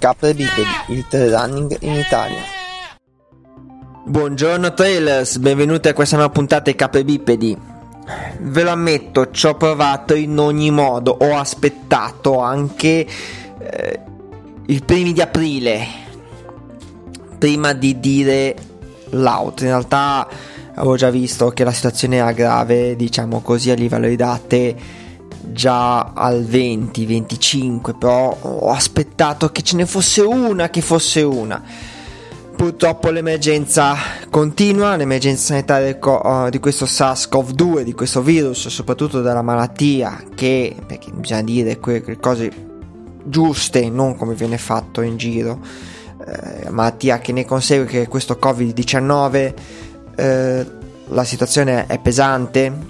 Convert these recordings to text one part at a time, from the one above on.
Capre bipedi, il trail running in Italia. Buongiorno trailers, benvenuti a questa nuova puntata di Capre bipedi. Ve lo ammetto, ci ho provato in ogni modo, ho aspettato anche i primi di aprile prima di dire l'auto. In realtà avevo già visto che la situazione era grave, diciamo così, a livello di date già al 20-25, però ho aspettato che ce ne fosse una, Purtroppo l'emergenza continua, l'emergenza sanitaria di questo SARS-CoV-2, di questo virus, soprattutto della malattia, che, perché bisogna dire quelle cose giuste, non come viene fatto in giro, malattia che ne consegue che questo Covid-19, la situazione è pesante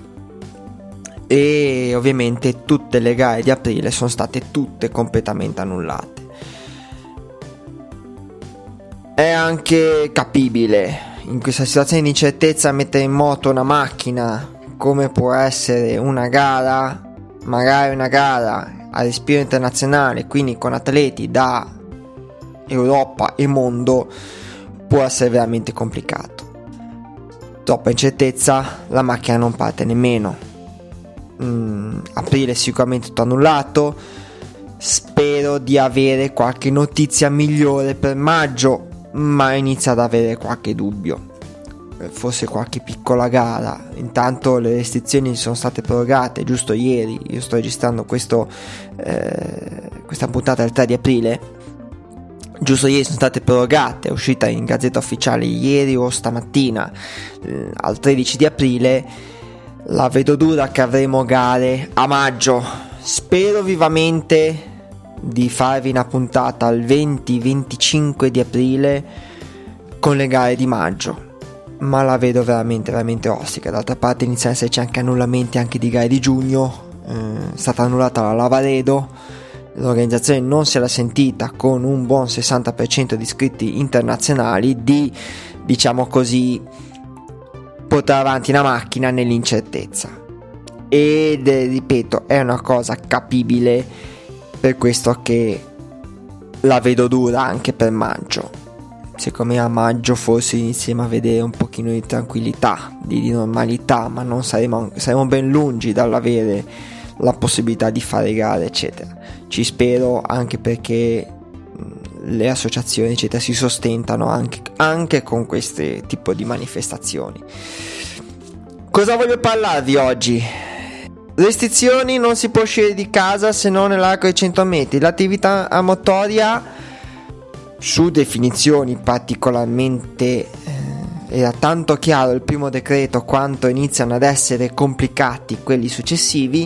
e ovviamente tutte le gare di aprile sono state tutte completamente annullate. È anche capibile in questa situazione di incertezza mettere in moto una macchina come può essere una gara, magari una gara a respiro internazionale, quindi con atleti da Europa e mondo, può essere veramente complicato. Troppa incertezza, la macchina non parte nemmeno. Aprile è sicuramente tutto annullato. Spero di avere qualche notizia migliore per maggio, ma inizio ad avere qualche dubbio, forse qualche piccola gara. Intanto le restrizioni sono state prorogate giusto ieri. Io sto registrando questa puntata del 3 di aprile. Giusto ieri sono state prorogate, è uscita in Gazzetta Ufficiale ieri o stamattina, al 13 di aprile. La vedo dura che avremo gare a maggio. Spero vivamente di farvi una puntata al 20-25 di aprile con le gare di maggio, ma la vedo veramente ostica. D'altra parte iniziano ad esserci anche annullamenti anche di gare di giugno. È stata annullata la Lavaredo, l'organizzazione non se l'ha sentita, con un buon 60% di iscritti internazionali, di, diciamo così, portare avanti una macchina nell'incertezza. Ed ripeto, è una cosa capibile, per questo che la vedo dura anche per maggio. Secondo me a maggio forse inizieremo a vedere un pochino di tranquillità, di normalità, ma non saremo ben lungi dall'avere la possibilità di fare gare eccetera. Ci spero, anche perché le associazioni eccetera si sostentano anche con queste tipo di manifestazioni. Cosa voglio parlarvi oggi? Restrizioni: non si può uscire di casa se non nell'arco di 100 metri. L'attività motoria, su definizioni particolarmente era tanto chiaro il primo decreto quanto iniziano ad essere complicati quelli successivi,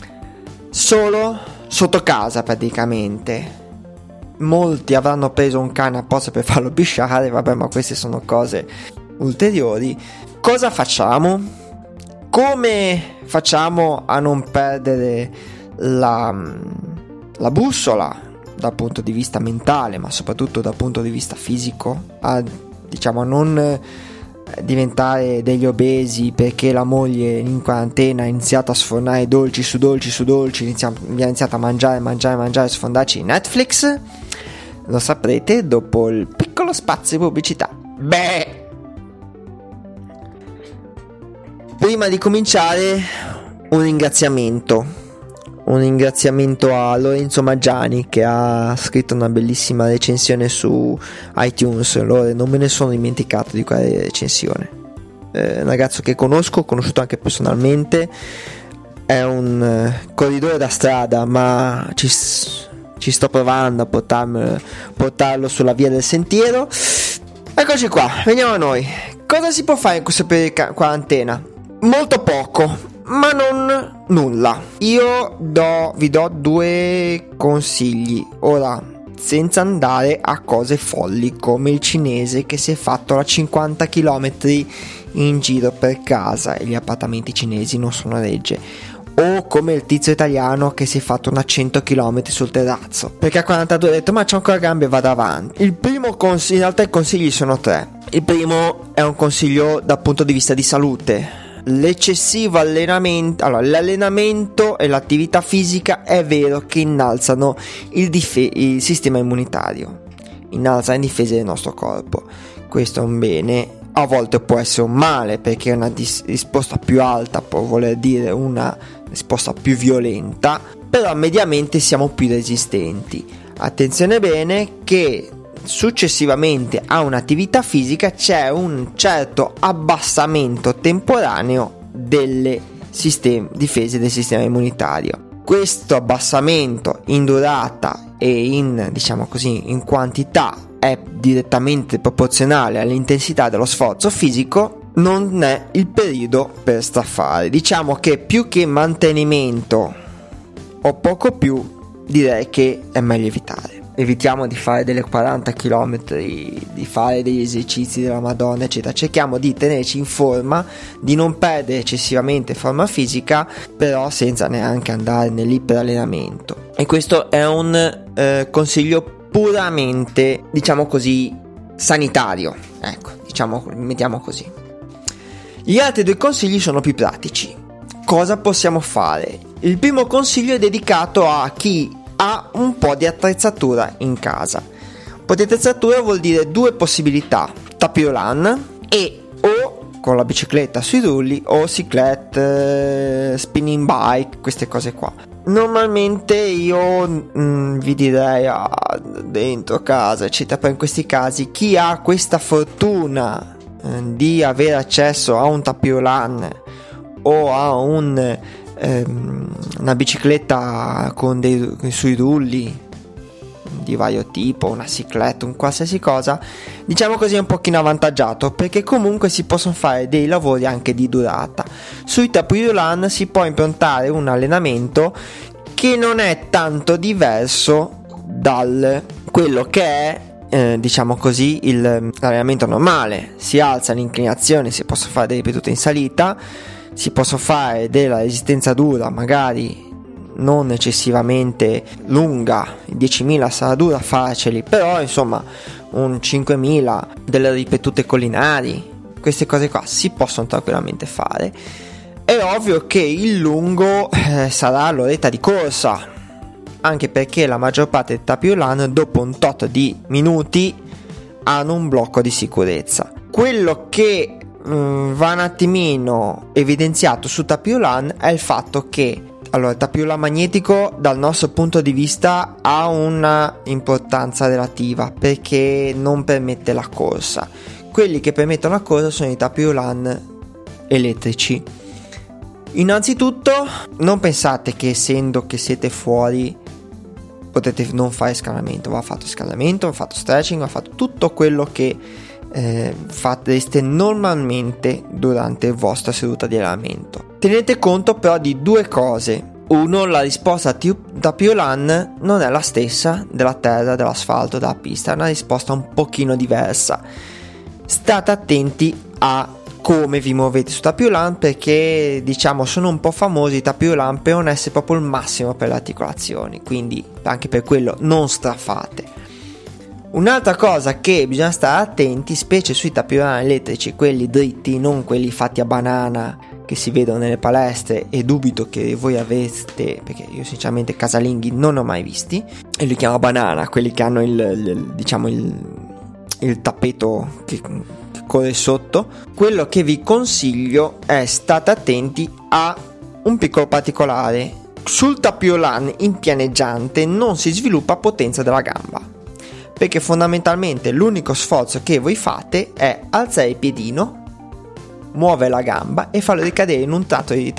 solo sotto casa praticamente. Molti avranno preso un cane apposta per farlo bisciare, vabbè, ma queste sono cose ulteriori. Cosa facciamo? Come facciamo a non perdere la bussola dal punto di vista mentale, ma soprattutto dal punto di vista fisico, a non diventare degli obesi perché la moglie in quarantena ha iniziato a sfornare dolci su dolci, abbiamo iniziato a mangiare, sfondarci in Netflix? Lo saprete dopo il piccolo spazio di pubblicità. Prima di cominciare, un ringraziamento a Lorenzo Maggiani, che ha scritto una bellissima recensione su iTunes. Non me ne sono dimenticato di quella recensione. Un ragazzo che ho conosciuto anche personalmente, è un corridore da strada, ma ci sto provando a portarlo sulla via del sentiero. Eccoci qua, veniamo a noi. Cosa si può fare in questo periodo di quarantena? Molto poco, ma non nulla. Io vi do due consigli. Ora, senza andare a cose folli come il cinese che si è fatto la 50 km in giro per casa, e gli appartamenti cinesi non sono legge, o come il tizio italiano che si è fatto una 100 km sul terrazzo, perché a 42 ha detto ma c'ho ancora gambe e vado avanti. Il primo consiglio, in realtà i consigli sono tre. Il primo è un consiglio dal punto di vista di salute. l'eccessivo allenamento, allora l'allenamento e l'attività fisica è vero che innalzano il sistema immunitario, innalzano le difese del nostro corpo, questo è un bene. A volte può essere un male, perché una risposta più alta può voler dire una risposta più violenta, però mediamente siamo più resistenti. Attenzione bene che successivamente a un'attività fisica c'è un certo abbassamento temporaneo delle difese del sistema immunitario. Questo abbassamento in durata e in, diciamo così, in quantità è direttamente proporzionale all'intensità dello sforzo fisico, non è il periodo per straffare. Diciamo che più che mantenimento o poco più, direi che è meglio evitare. Evitiamo di fare delle 40 km, di fare degli esercizi della Madonna, eccetera. Cerchiamo di tenerci in forma, di non perdere eccessivamente forma fisica, però senza neanche andare nell'iperallenamento. E questo è un consiglio puramente, diciamo così, sanitario. Ecco, mettiamo così. Gli altri due consigli sono più pratici. Cosa possiamo fare? Il primo consiglio è dedicato a chi ha un po' di attrezzatura in casa. Un po' di attrezzatura vuol dire due possibilità: tapirulan e o con la bicicletta sui rulli o cyclette, spinning bike, queste cose qua. Normalmente io vi direi dentro casa, eccetera, però in questi casi chi ha questa fortuna di avere accesso a un tapirulan o a una bicicletta sui rulli di vario tipo, una cyclette, un qualsiasi cosa, diciamo così, è un pochino avvantaggiato, perché comunque si possono fare dei lavori anche di durata. Sui tapirulan si può improntare un allenamento che non è tanto diverso dal quello che è diciamo così l'allenamento normale. Si alza l'inclinazione, si possono fare delle ripetute in salita, si possono fare della resistenza dura, magari non eccessivamente lunga, 10.000 sarà dura farceli, però insomma un 5.000, delle ripetute collinari, queste cose qua si possono tranquillamente fare. È ovvio che il lungo sarà l'oretta di corsa, anche perché la maggior parte dei tapirulan dopo un tot di minuti hanno un blocco di sicurezza. Quello che va un attimino evidenziato su tapirulan è il fatto che il tapirulan magnetico dal nostro punto di vista ha una importanza relativa, perché non permette la corsa. Quelli che permettono la corsa sono i tapirulan elettrici. Innanzitutto non pensate che essendo che siete fuori potete non fare scaldamento. Va fatto scaldamento, va fatto stretching, va fatto tutto quello che fareste normalmente durante la vostra seduta di allenamento. Tenete conto però di due cose. Uno, la risposta a tapirulan non è la stessa della terra, dell'asfalto, della pista, è una risposta un pochino diversa. State attenti a come vi muovete su tapirulan, perché diciamo sono un po' famosi i tapirulan per non essere proprio il massimo per le articolazioni, quindi anche per quello non strafate. Un'altra cosa che bisogna stare attenti, specie sui tapirulan elettrici, quelli dritti, non quelli fatti a banana che si vedono nelle palestre, e dubito che voi aveste, perché io sinceramente casalinghi non ne ho mai visti, e li chiamo banana, quelli che hanno il tappeto che corre sotto. Quello che vi consiglio è: state attenti a un piccolo particolare: sul tapirulan in pianeggiante non si sviluppa potenza della gamba, perché fondamentalmente l'unico sforzo che voi fate è alzare il piedino, muovere la gamba e farlo ricadere in un tratto di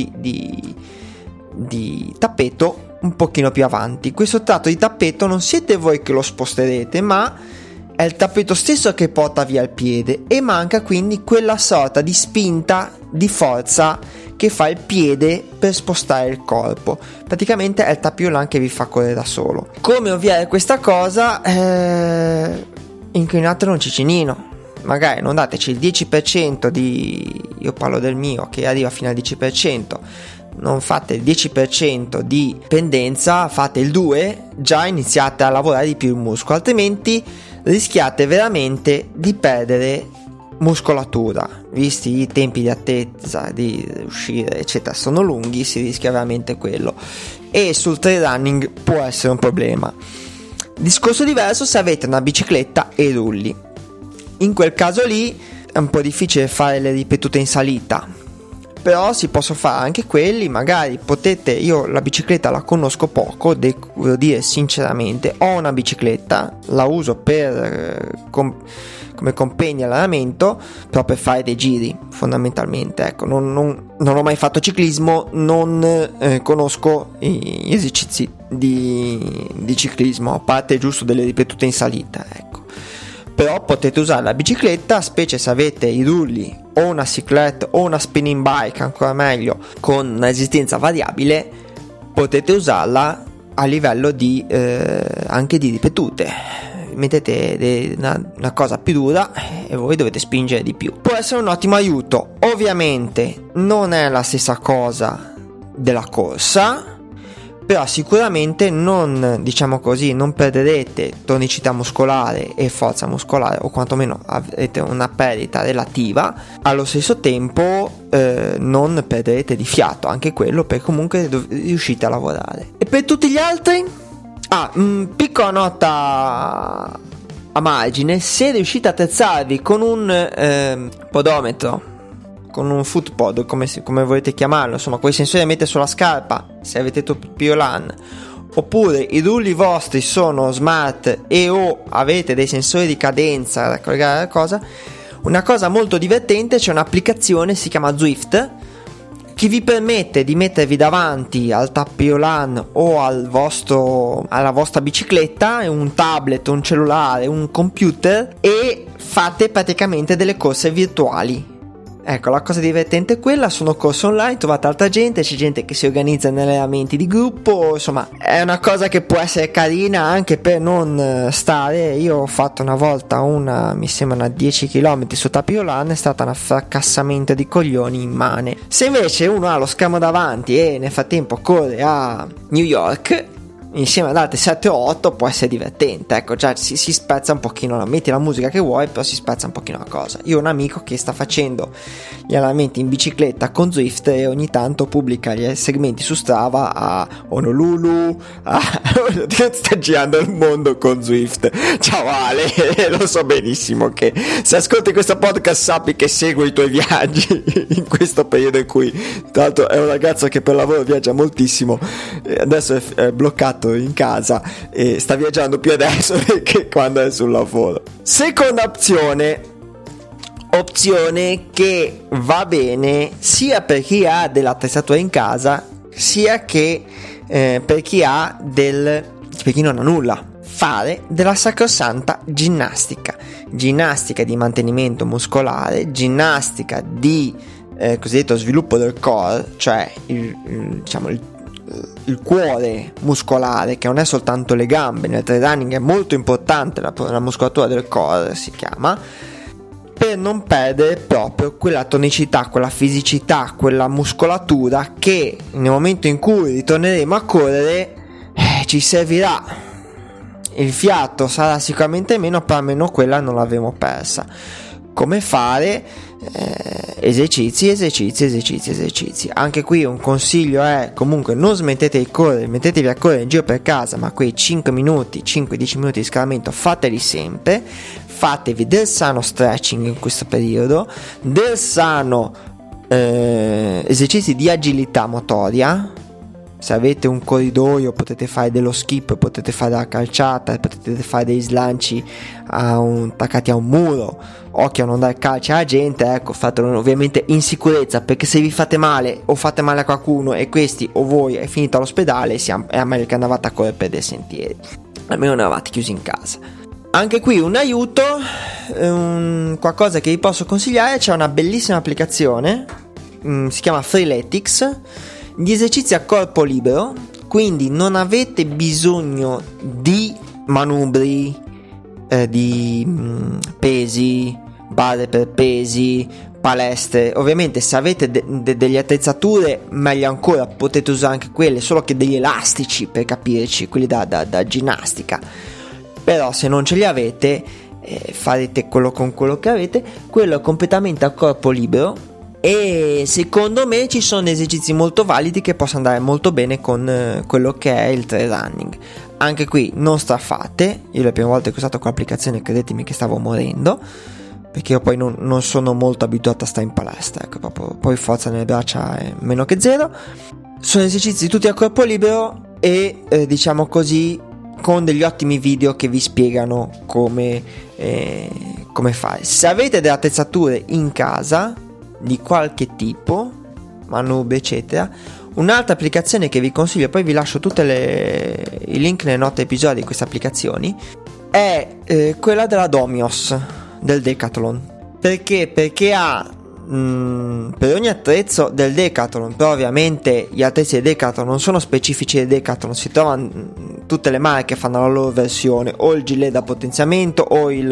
tappeto un pochino più avanti. Questo tratto di tappeto non siete voi che lo sposterete, ma è il tappeto stesso che porta via il piede, e manca quindi quella sorta di spinta, di forza che fa il piede per spostare il corpo. Praticamente è il tapirulan che vi fa correre da solo. Come ovviare questa cosa? Inclinatelo un cicinino, magari non dateci il 10% io parlo del mio che arriva fino al 10%, non fate il 10% di pendenza, fate il 2%, già iniziate a lavorare di più il muscolo, altrimenti rischiate veramente di perdere muscolatura, visti i tempi di attesa di uscire eccetera sono lunghi, si rischia veramente quello, e sul trail running può essere un problema. Discorso diverso se avete una bicicletta e rulli. In quel caso lì è un po' difficile fare le ripetute in salita, però si possono fare anche quelli, magari potete. Io la bicicletta la conosco poco, devo dire sinceramente. Ho una bicicletta, la uso per come compagno all'allenamento, però per fare dei giri fondamentalmente, ecco. Non ho mai fatto ciclismo, non conosco gli esercizi di ciclismo, a parte giusto delle ripetute in salita, ecco. Però potete usare la bicicletta, specie se avete i rulli o una cyclette o una spinning bike, ancora meglio, con una resistenza variabile, potete usarla a livello di anche di ripetute. Mettete una cosa più dura e voi dovete spingere di più. Può essere un ottimo aiuto. Ovviamente non è la stessa cosa della corsa, però sicuramente non, diciamo così, non perderete tonicità muscolare e forza muscolare, o quantomeno avrete una perdita relativa. Allo stesso tempo non perderete di fiato, anche quello, perché comunque riuscite a lavorare. E per tutti gli altri, piccola nota a margine: se riuscite a attrezzarvi con un podometro, con un footpod, come volete chiamarlo, insomma quei sensori da mettere sulla scarpa se avete Piolan, oppure i rulli vostri sono smart e o avete dei sensori di cadenza da collegare alla cosa, una cosa molto divertente, c'è un'applicazione, si chiama Zwift, che vi permette di mettervi davanti al Piolan o alla vostra bicicletta un tablet, un cellulare, un computer, e fate praticamente delle corse virtuali. Ecco, la cosa divertente è quella, sono corse online, trovate altra gente, c'è gente che si organizza negli allenamenti di gruppo, insomma è una cosa che può essere carina anche per non stare. Io ho fatto una volta mi sembra una 10 km su Tapiolan, è stata un fracassamento di coglioni immane. Se invece uno ha lo schermo davanti e nel frattempo corre a New York insieme ad altre 7 o 8, può essere divertente, ecco. Già si spezza un pochino, metti la musica che vuoi, però si spezza un pochino la cosa. Io ho un amico che sta facendo gli allenamenti in bicicletta con Zwift e ogni tanto pubblica gli segmenti su Strava a Honolulu, sta girando il mondo con Zwift. Ciao Ale, lo so benissimo che se ascolti questo podcast sappi che seguo i tuoi viaggi in questo periodo in cui, tra l'altro, è un ragazzo che per lavoro viaggia moltissimo, adesso è bloccato in casa e sta viaggiando più adesso che quando è sul lavoro. Seconda opzione che va bene sia per chi ha dell'attrezzatura in casa, sia che per chi non ha nulla: fare della sacrosanta ginnastica di mantenimento muscolare, ginnastica di cosiddetto sviluppo del core, cioè il cuore muscolare, che non è soltanto le gambe. Nel trail running è molto importante la muscolatura del core, si chiama, per non perdere proprio quella tonicità, quella fisicità, quella muscolatura che nel momento in cui ritorneremo a correre ci servirà. Il fiato sarà sicuramente meno, però almeno quella non l'avremo persa. Come fare? Esercizi. Anche qui un consiglio è: comunque non smettete di correre, mettetevi a correre in giro per casa, ma quei 5-10 minuti di scalamento fateli sempre. Fatevi del sano stretching in questo periodo, del sano esercizi di agilità motoria. Se avete un corridoio potete fare dello skip, potete fare della calciata, potete fare dei slanci attaccati a un muro. Occhio a non dare calci alla gente, ecco, fatelo ovviamente in sicurezza, perché se vi fate male o fate male a qualcuno e questi o voi è finito all'ospedale, è meglio che andavate a correre per dei sentieri, almeno non eravate chiusi in casa. Anche qui un aiuto, qualcosa che vi posso consigliare: c'è una bellissima applicazione, si chiama Freeletics, di esercizi a corpo libero, quindi non avete bisogno di manubri, di pesi, barre per pesi, palestre. Ovviamente se avete delle attrezzature meglio ancora, potete usare anche quelle, solo che degli elastici, per capirci, quelli da ginnastica. Però se non ce li avete farete con quello che avete. Quello è completamente a corpo libero e secondo me ci sono esercizi molto validi che possono andare molto bene con quello che è il trail running. Anche qui non straffate. Io le prime volte che ho usato quell'applicazione, credetemi che stavo morendo, perché io poi non sono molto abituato a stare in palestra, ecco, proprio, poi forza nelle braccia è meno che zero. Sono esercizi tutti a corpo libero e diciamo così, con degli ottimi video che vi spiegano come fare. Se avete delle attrezzature in casa di qualche tipo, manubri eccetera, un'altra applicazione che vi consiglio, poi vi lascio tutti i link nelle note episodi di queste applicazioni, è quella della Domios, del Decathlon. Perché ha per ogni attrezzo del Decathlon, però ovviamente gli attrezzi del Decathlon non sono specifici del Decathlon, si trovano tutte le marche, fanno la loro versione, o il gilet da potenziamento, o i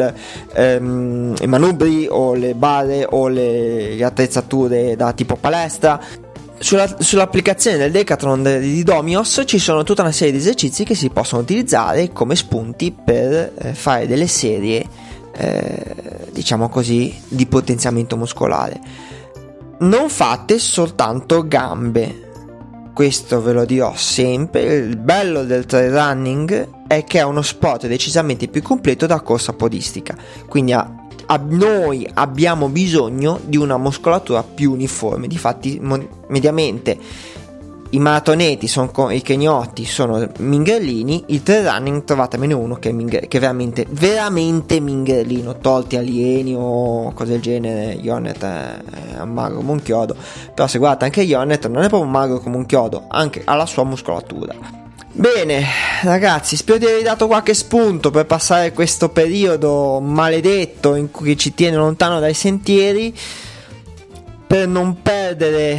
manubri, o le barre, o le attrezzature da tipo palestra. Sull'applicazione del Decathlon di Domios ci sono tutta una serie di esercizi che si possono utilizzare come spunti per fare delle serie diciamo così di potenziamento muscolare. Non fate soltanto gambe, questo ve lo dirò sempre. Il bello del trail running è che è uno sport decisamente più completo da corsa podistica, quindi noi abbiamo bisogno di una muscolatura più uniforme. Difatti mediamente i maratoneti i kenioti sono mingerlini, il trail running trovatemi uno che è veramente mingerlino, tolti alieni o cose del genere. Jornet è magro come un chiodo, però se guardate anche Jornet non è proprio magro come un chiodo, anche alla sua muscolatura. Bene ragazzi, spero di avervi dato qualche spunto per passare questo periodo maledetto in cui ci tiene lontano dai sentieri, per non perdere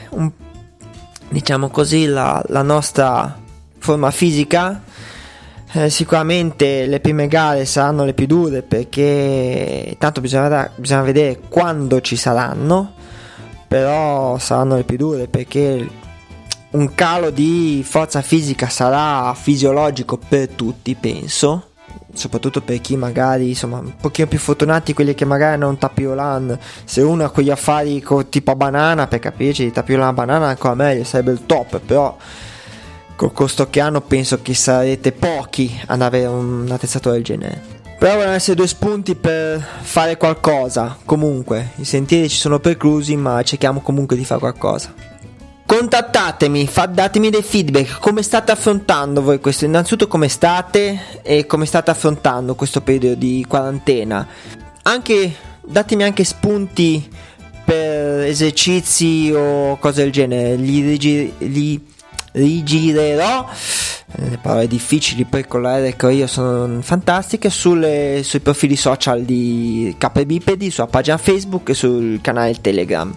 diciamo così la nostra forma fisica. Sicuramente le prime gare saranno le più dure, perché tanto bisogna vedere quando ci saranno, però saranno le più dure perché un calo di forza fisica sarà fisiologico per tutti, penso, soprattutto per chi magari insomma un pochino più fortunati, quelli che magari hanno un tapiolan. Se uno ha quegli affari tipo a banana, per capirci, di tapiolan a banana ancora meglio, sarebbe il top, però col costo che hanno penso che sarete pochi ad avere un attrezzatura del genere. Però vogliono essere due spunti per fare qualcosa. Comunque i sentieri ci sono preclusi, ma cerchiamo comunque di fare qualcosa. Contattatemi, datemi dei feedback, come state affrontando voi questo, innanzitutto come state e come state affrontando questo periodo di quarantena. Datemi anche spunti per esercizi o cose del genere, li rigirerò, le parole difficili poi con la R che io sono fantastiche, sui profili social di Capre Bipedi, sulla pagina Facebook e sul canale Telegram.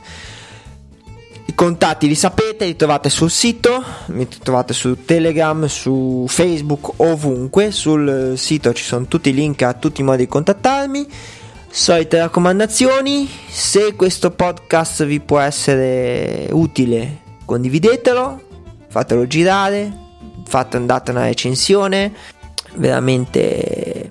I contatti li sapete, li trovate sul sito, mi trovate su Telegram, su Facebook, ovunque. Sul sito ci sono tutti i link a tutti i modi di contattarmi. Solite raccomandazioni: se questo podcast vi può essere utile, condividetelo, fatelo girare, date una recensione, veramente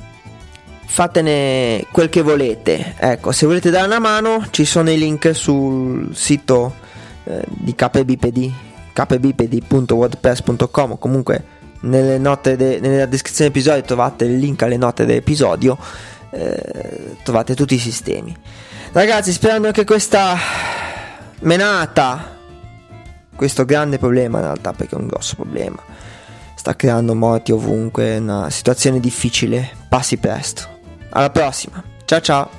fatene quel che volete. Ecco, se volete dare una mano ci sono i link sul sito di Capre Bipedi, caprebipedi.wordpress.com, o comunque nella descrizione dell'episodio trovate il link alle note dell'episodio, trovate tutti i sistemi. Ragazzi, sperando che questa menata, questo grande problema in realtà, perché è un grosso problema, sta creando morti ovunque, una situazione difficile, passi presto. Alla prossima, ciao ciao.